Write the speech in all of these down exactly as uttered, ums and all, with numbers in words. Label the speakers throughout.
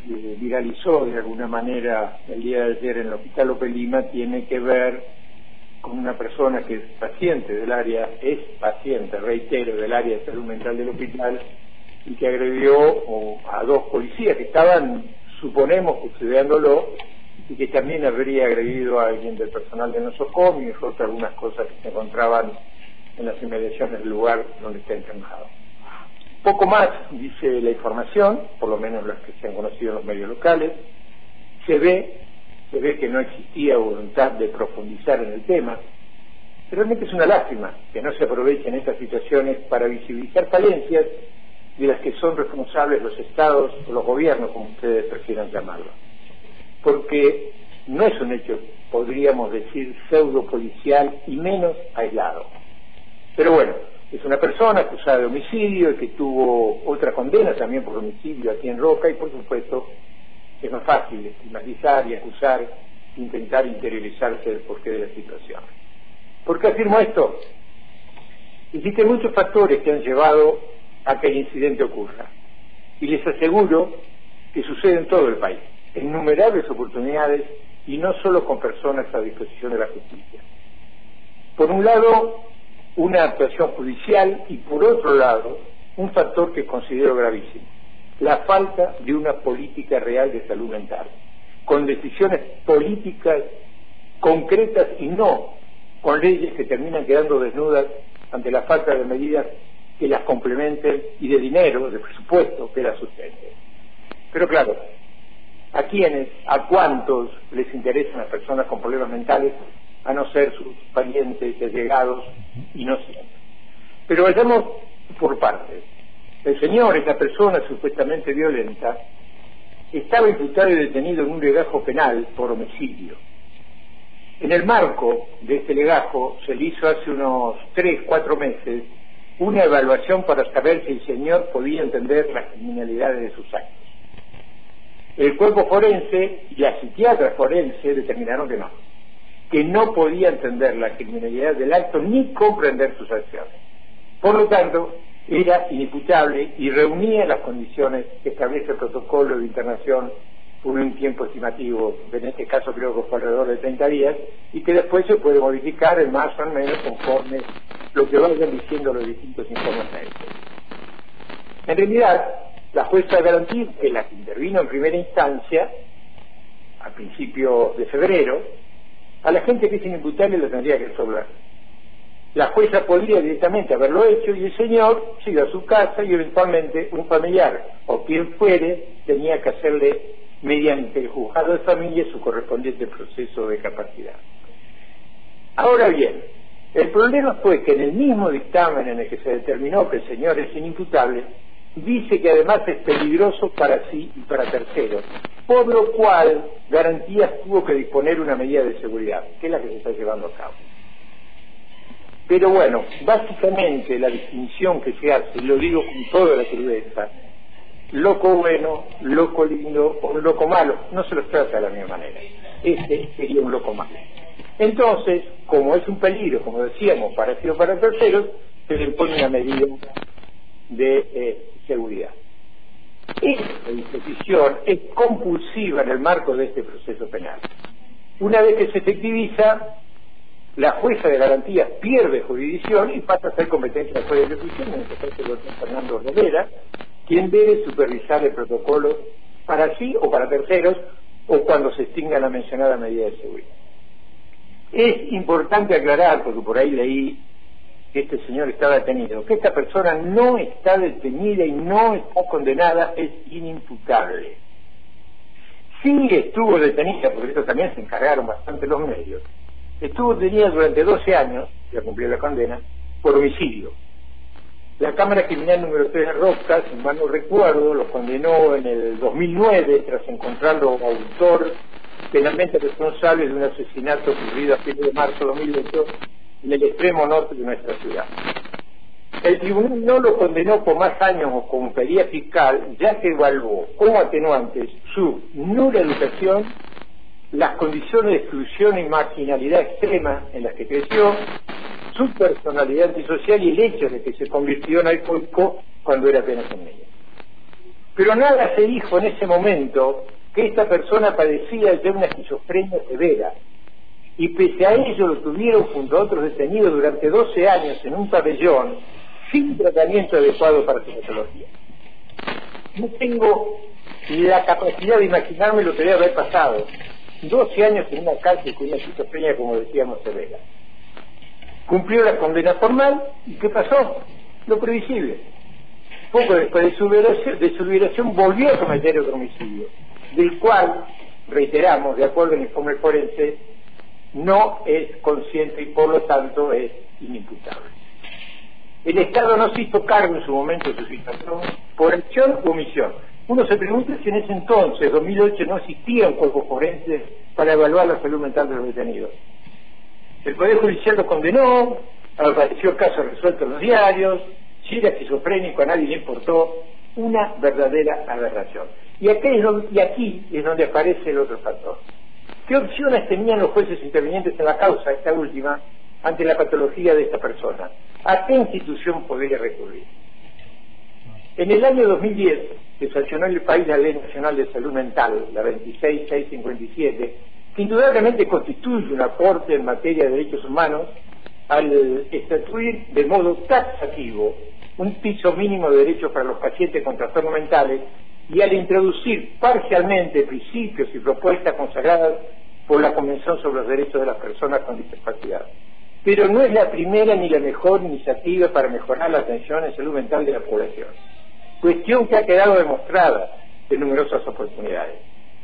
Speaker 1: eh, viralizó de alguna manera el día de ayer en el Hospital López Lima tiene que ver con una persona que es paciente del área, es paciente, reitero, del área de salud mental del hospital, y que agredió o, a dos policías que estaban, suponemos, custodiándolo, y que también habría agredido a alguien del personal de nosocomio y otras algunas cosas que se encontraban en las inmediaciones del lugar donde está internado. Poco más dice la información, por lo menos las que se han conocido en los medios locales. Se ve, se ve que no existía voluntad de profundizar en el tema. Realmente es una lástima que no se aprovechen estas situaciones para visibilizar falencias de las que son responsables los estados o los gobiernos, como ustedes prefieran llamarlo. Porque no es un hecho, podríamos decir, pseudo policial y menos aislado. Pero bueno, es una persona acusada de homicidio y que tuvo otra condena también por homicidio aquí en Roca, y por supuesto es más fácil estigmatizar y acusar, intentar interiorizarse del porqué de la situación. ¿Por qué afirmo esto? Existen muchos factores que han llevado a que el incidente ocurra, y les aseguro que sucede en todo el país, en innumerables oportunidades y no solo con personas a disposición de la justicia. Por un lado, una actuación judicial, y por otro lado, un factor que considero gravísimo: la falta de una política real de salud mental, con decisiones políticas concretas y no con leyes que terminan quedando desnudas ante la falta de medidas que las complementen y de dinero, de presupuesto que las sustenten. Pero claro, ¿a quiénes, a cuántos les interesan las personas con problemas mentales, a no ser sus parientes, allegados, y no siempre? Pero vayamos por partes. El señor, esta persona supuestamente violenta, estaba imputado y detenido en un legajo penal por homicidio. En el marco de este legajo se le hizo hace unos tres, cuatro meses una evaluación para saber si el señor podía entender las criminalidades de sus actos. El cuerpo forense y la psiquiatra forense determinaron que no, que no podía entender la criminalidad del acto ni comprender sus acciones. Por lo tanto, era inimputable y reunía las condiciones que establece el protocolo de internación por un tiempo estimativo, en este caso creo que fue alrededor de treinta días, y que después se puede modificar en más o en menos conforme lo que vayan diciendo los distintos informes médicos. En realidad, la jueza de garantía, que la que intervino en primera instancia, a principios de febrero, a la gente que es inimputable lo tendría que resolver. La jueza podría directamente haberlo hecho y el señor se iba a su casa y eventualmente un familiar o quien fuere tenía que hacerle mediante el juzgado de familia su correspondiente proceso de capacidad. Ahora bien, el problema fue que en el mismo dictamen en el que se determinó que el señor es inimputable, dice que además es peligroso para sí y para terceros, por lo cual Garantías tuvo que disponer una medida de seguridad, que es la que se está llevando a cabo. Pero bueno, básicamente la distinción que se hace, y lo digo con toda la crudeza, loco bueno, loco lindo o un loco malo, no se los trata de la misma manera. Este sería un loco malo. Entonces, como es un peligro, como decíamos, para sí o para terceros, se le impone una medida de eh, seguridad. Esta disposición es compulsiva en el marco de este proceso penal. Una vez que se efectiviza, la jueza de Garantías pierde jurisdicción y pasa a ser competencia del juez de ejecución, en este caso el doctor Fernando Rivera, quien debe supervisar el protocolo para sí o para terceros, o cuando se extinga la mencionada medida de seguridad. Es importante aclarar, porque por ahí leí que este señor está detenido, que esta persona no está detenida y no está condenada, es inimputable. Sí estuvo detenida, porque esto también se encargaron bastante los medios, estuvo detenida durante doce años, ya cumplió la condena, por homicidio. La Cámara Criminal número tres de Roca, si mal no recuerdo, lo condenó en el dos mil nueve tras encontrarlo autor penalmente responsable de un asesinato ocurrido a fines de marzo de dos mil veinte en el extremo norte de nuestra ciudad. El tribunal no lo condenó por más años o como pedía fiscal, ya que evaluó como atenuantes su nula educación, las condiciones de exclusión y marginalidad extrema en las que creció, su personalidad antisocial y el hecho de que se convirtió en alcohólico cuando era apenas un niño. Pero nada se dijo en ese momento que esta persona padecía de una esquizofrenia severa, y pese a ello lo tuvieron junto a otros detenidos durante doce años en un pabellón sin tratamiento adecuado para su patología. No tengo la capacidad de imaginarme lo que debe haber pasado. doce años en una cárcel con una esquizofrenia, como decíamos, severa. Cumplió la condena formal, y ¿qué pasó? Lo previsible. Poco después de su liberación, de su liberación volvió a cometer otro homicidio, del cual, reiteramos, de acuerdo al informe forense, no es consciente y por lo tanto es inimputable. El Estado no se hizo cargo en su momento de su situación por acción u omisión. Uno se pregunta si en ese entonces, dos mil ocho, no existía un cuerpo forense para evaluar la salud mental de los detenidos. El Poder Judicial lo condenó, apareció el caso resuelto en los diarios, si era esquizofrénico a nadie le importó, una verdadera aberración. Y aquí, es donde, y aquí es donde aparece el otro factor. ¿Qué opciones tenían los jueces intervinientes en la causa, esta última, ante la patología de esta persona? ¿A qué institución podría recurrir? En el año dos mil diez, se sancionó en el país la Ley Nacional de Salud Mental, la veintiséis mil seiscientos cincuenta y siete, que indudablemente constituye un aporte en materia de derechos humanos al estatuir de modo taxativo un piso mínimo de derechos para los pacientes con trastornos mentales y al introducir parcialmente principios y propuestas consagradas por la Convención sobre los Derechos de las Personas con Discapacidad. Pero no es la primera ni la mejor iniciativa para mejorar la atención en salud mental de la población, cuestión que ha quedado demostrada en numerosas oportunidades.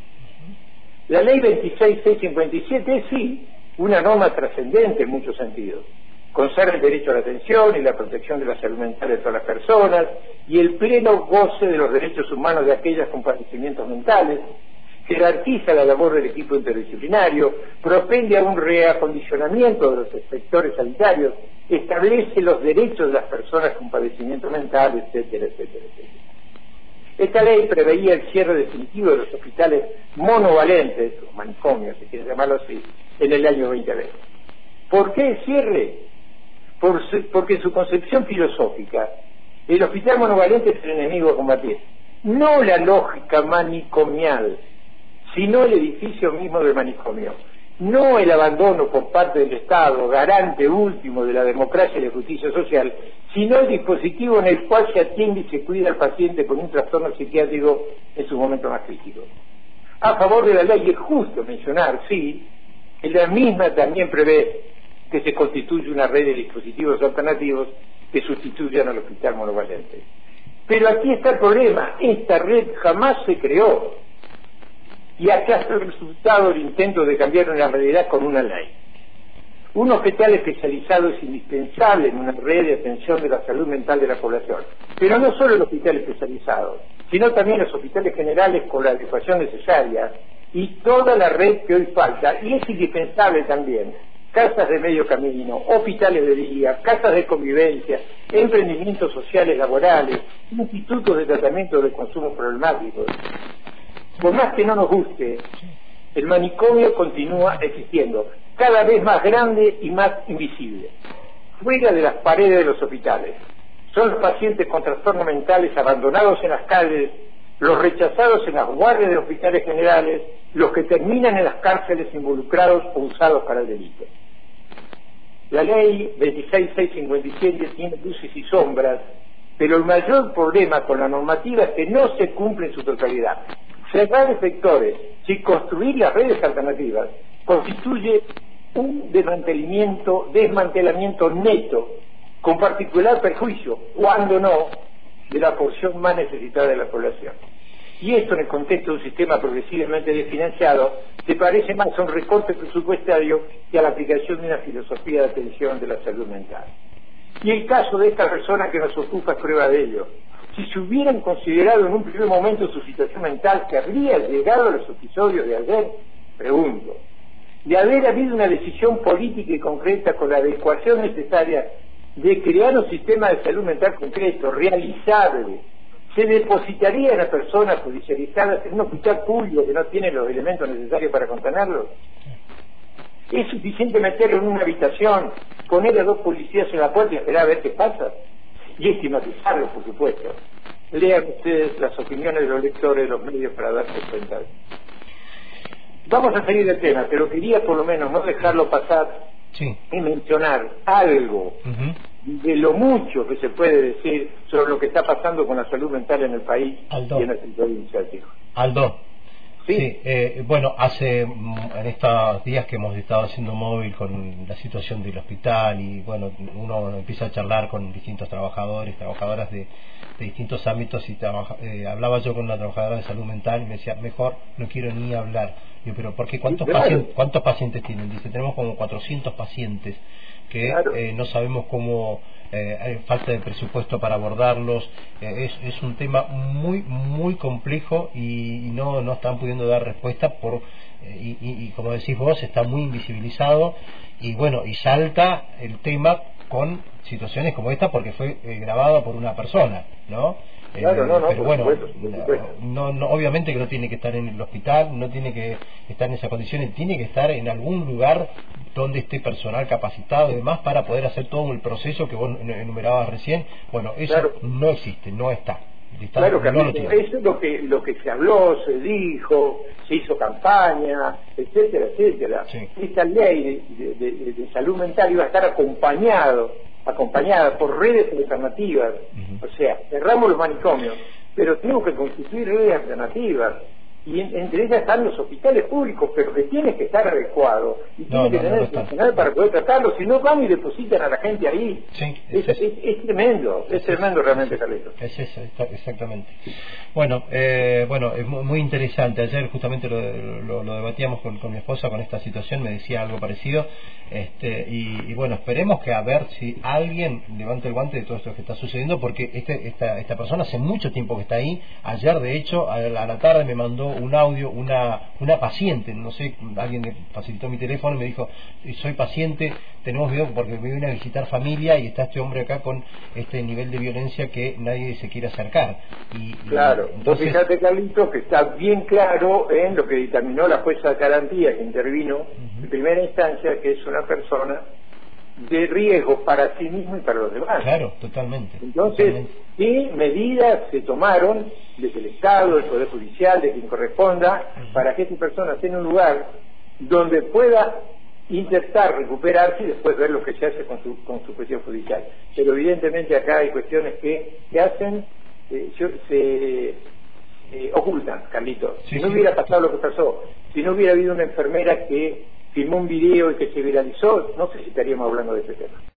Speaker 1: La Ley veintiséis mil seiscientos cincuenta y siete es, sí, una norma trascendente en muchos sentidos. Consagra el derecho a la atención y la protección de la salud mental de todas las personas y el pleno goce de los derechos humanos de aquellas con padecimientos mentales, jerarquiza la labor del equipo interdisciplinario, propende a un reacondicionamiento de los inspectores sanitarios, establece los derechos de las personas con padecimiento mental, etcétera, etcétera, etcétera. Esta ley preveía el cierre definitivo de los hospitales monovalentes, o manicomios, si quiere llamarlo así, en el año veinte veinte. ¿Por qué el cierre? Por su, porque en su concepción filosófica, el hospital monovalente es el enemigo a combatir. No la lógica manicomial, sino el edificio mismo del manicomio. No el abandono por parte del Estado, garante último de la democracia y la justicia social, sino el dispositivo en el cual se atiende y se cuida al paciente con un trastorno psiquiátrico en sus momentos más críticos. A favor de la ley es justo mencionar, sí, que la misma también prevé que se constituye una red de dispositivos alternativos que sustituyan al hospital monovalente. Pero aquí está el problema, esta red jamás se creó. Y acá está el resultado del intento de cambiar una realidad con una ley. Un hospital especializado es indispensable en una red de atención de la salud mental de la población. Pero no solo el hospital especializado, sino también los hospitales generales con la adecuación necesaria y toda la red que hoy falta. Y es indispensable también casas de medio camino, hospitales de día, casas de convivencia, emprendimientos sociales laborales, institutos de tratamiento de consumo problemáticos. Por más que no nos guste, el manicomio continúa existiendo, cada vez más grande y más invisible, fuera de las paredes de los hospitales. Son los pacientes con trastornos mentales abandonados en las calles, los rechazados en las guardias de hospitales generales, los que terminan en las cárceles involucrados o usados para el delito. La ley veintiséis mil seiscientos cincuenta y siete tiene luces y sombras, pero el mayor problema con la normativa es que no se cumple en su totalidad. Cerrar sectores sin construir las redes alternativas constituye un desmantelamiento, desmantelamiento neto, con particular perjuicio, cuando no, de la porción más necesitada de la población. Y esto, en el contexto de un sistema progresivamente desfinanciado, se parece más a un recorte presupuestario que a la aplicación de una filosofía de atención de la salud mental. Y el caso de esta persona que nos ocupa es prueba de ello. Si se hubieran considerado en un primer momento su situación mental, ¿se habría llegado a los episodios de ayer? Pregunto. De haber habido una decisión política y concreta con la adecuación necesaria de crear un sistema de salud mental concreto, realizable, se depositaría en la persona judicializada en un hospital público que no tiene los elementos necesarios para contenerlo. ¿Es suficiente meterlo en una habitación, poner a dos policías en la puerta y esperar a ver qué pasa? Y estigmatizarlo, por supuesto. lean ustedes las opiniones de los lectores de los medios para darse cuenta. Vamos a seguir el tema, pero quería por lo menos no dejarlo pasar
Speaker 2: sí.
Speaker 1: y mencionar algo uh-huh. de lo mucho que se puede decir sobre lo que está pasando con la salud mental en el país
Speaker 2: Aldo.
Speaker 1: y en nuestra provincia.
Speaker 2: Aldo,
Speaker 1: sí,
Speaker 2: sí eh, bueno, hace en estos días que hemos estado haciendo móvil con la situación del hospital y bueno, uno empieza a charlar con distintos trabajadores, trabajadoras de, de distintos ámbitos y trabaja, eh, hablaba yo con una trabajadora de salud mental y me decía, mejor no quiero ni hablar. Yo, pero ¿por qué? ¿Cuántos,
Speaker 1: sí, claro.
Speaker 2: pacientes, ¿Cuántos pacientes tienen? Dice, tenemos como cuatrocientos pacientes que
Speaker 1: claro.
Speaker 2: eh, no sabemos cómo, eh, hay falta de presupuesto para abordarlos, eh, es, es un tema muy muy complejo y, y no, no están pudiendo dar respuesta por eh, y, y, y como decís vos, está muy invisibilizado y bueno, y salta el tema con situaciones como esta porque fue eh, grabado por una persona, ¿no?
Speaker 1: Claro, no, no,
Speaker 2: pero bueno,
Speaker 1: supuesto, por supuesto.
Speaker 2: No, no, obviamente que no tiene que estar en el hospital, no tiene que estar en esas condiciones, tiene que estar en algún lugar donde esté personal capacitado y demás para poder hacer todo el proceso que vos enumerabas recién. Bueno, eso claro. no existe, no está. está
Speaker 1: claro, que
Speaker 2: no lo
Speaker 1: eso es lo que, lo que se habló, se dijo, se hizo campaña, etcétera, etcétera.
Speaker 2: Sí.
Speaker 1: Esta ley de, de, de, de salud mental iba a estar acompañado acompañada por redes alternativas, uh-huh. o sea, cerramos los manicomios, pero tenemos que constituir redes alternativas, y en, entre ellas están los hospitales públicos, pero que tiene que estar adecuado, y
Speaker 2: no,
Speaker 1: tiene
Speaker 2: no,
Speaker 1: que tener
Speaker 2: no
Speaker 1: el personal para poder tratarlo, si no van y depositan a la gente ahí.
Speaker 2: Sí,
Speaker 1: es, es, es, es tremendo, es, es tremendo es, realmente, Carlitos.
Speaker 2: Es eso, exactamente. Bueno, eh, bueno, es muy interesante. Ayer justamente lo, lo, lo debatíamos con, con mi esposa con esta situación, me decía algo parecido, este, y, y bueno, esperemos que a ver si alguien levante el guante de todo esto que está sucediendo, porque este, esta, esta persona hace mucho tiempo que está ahí. Ayer, de hecho, a la, a la tarde me mandó un audio, una, una paciente, no sé, alguien me facilitó mi teléfono y me dijo, soy paciente, tenemos miedo porque me viene a visitar familia y está este hombre acá con este nivel de violencia que nadie se quiere acercar. Y,
Speaker 1: claro,
Speaker 2: y entonces...
Speaker 1: fíjate, Carlito, que está bien claro en lo que dictaminó la jueza de garantía que intervino uh-huh. en primera instancia, que es una persona de riesgo para sí mismo y para los demás.
Speaker 2: Claro, totalmente.
Speaker 1: Entonces,
Speaker 2: totalmente.
Speaker 1: ¿qué medidas se tomaron desde el Estado, del Poder Judicial, de quien corresponda, uh-huh. para que esta persona esté en un lugar donde pueda intentar recuperarse y después ver lo que se hace con su, con su cuestión judicial? Pero evidentemente acá hay cuestiones que, que hacen, eh, se eh, ocultan, Carlitos.
Speaker 2: Sí,
Speaker 1: si no
Speaker 2: sí,
Speaker 1: hubiera pasado lo que pasó, si no hubiera habido una enfermera que filmó un video y que se viralizó, no sé si estaríamos hablando de este tema.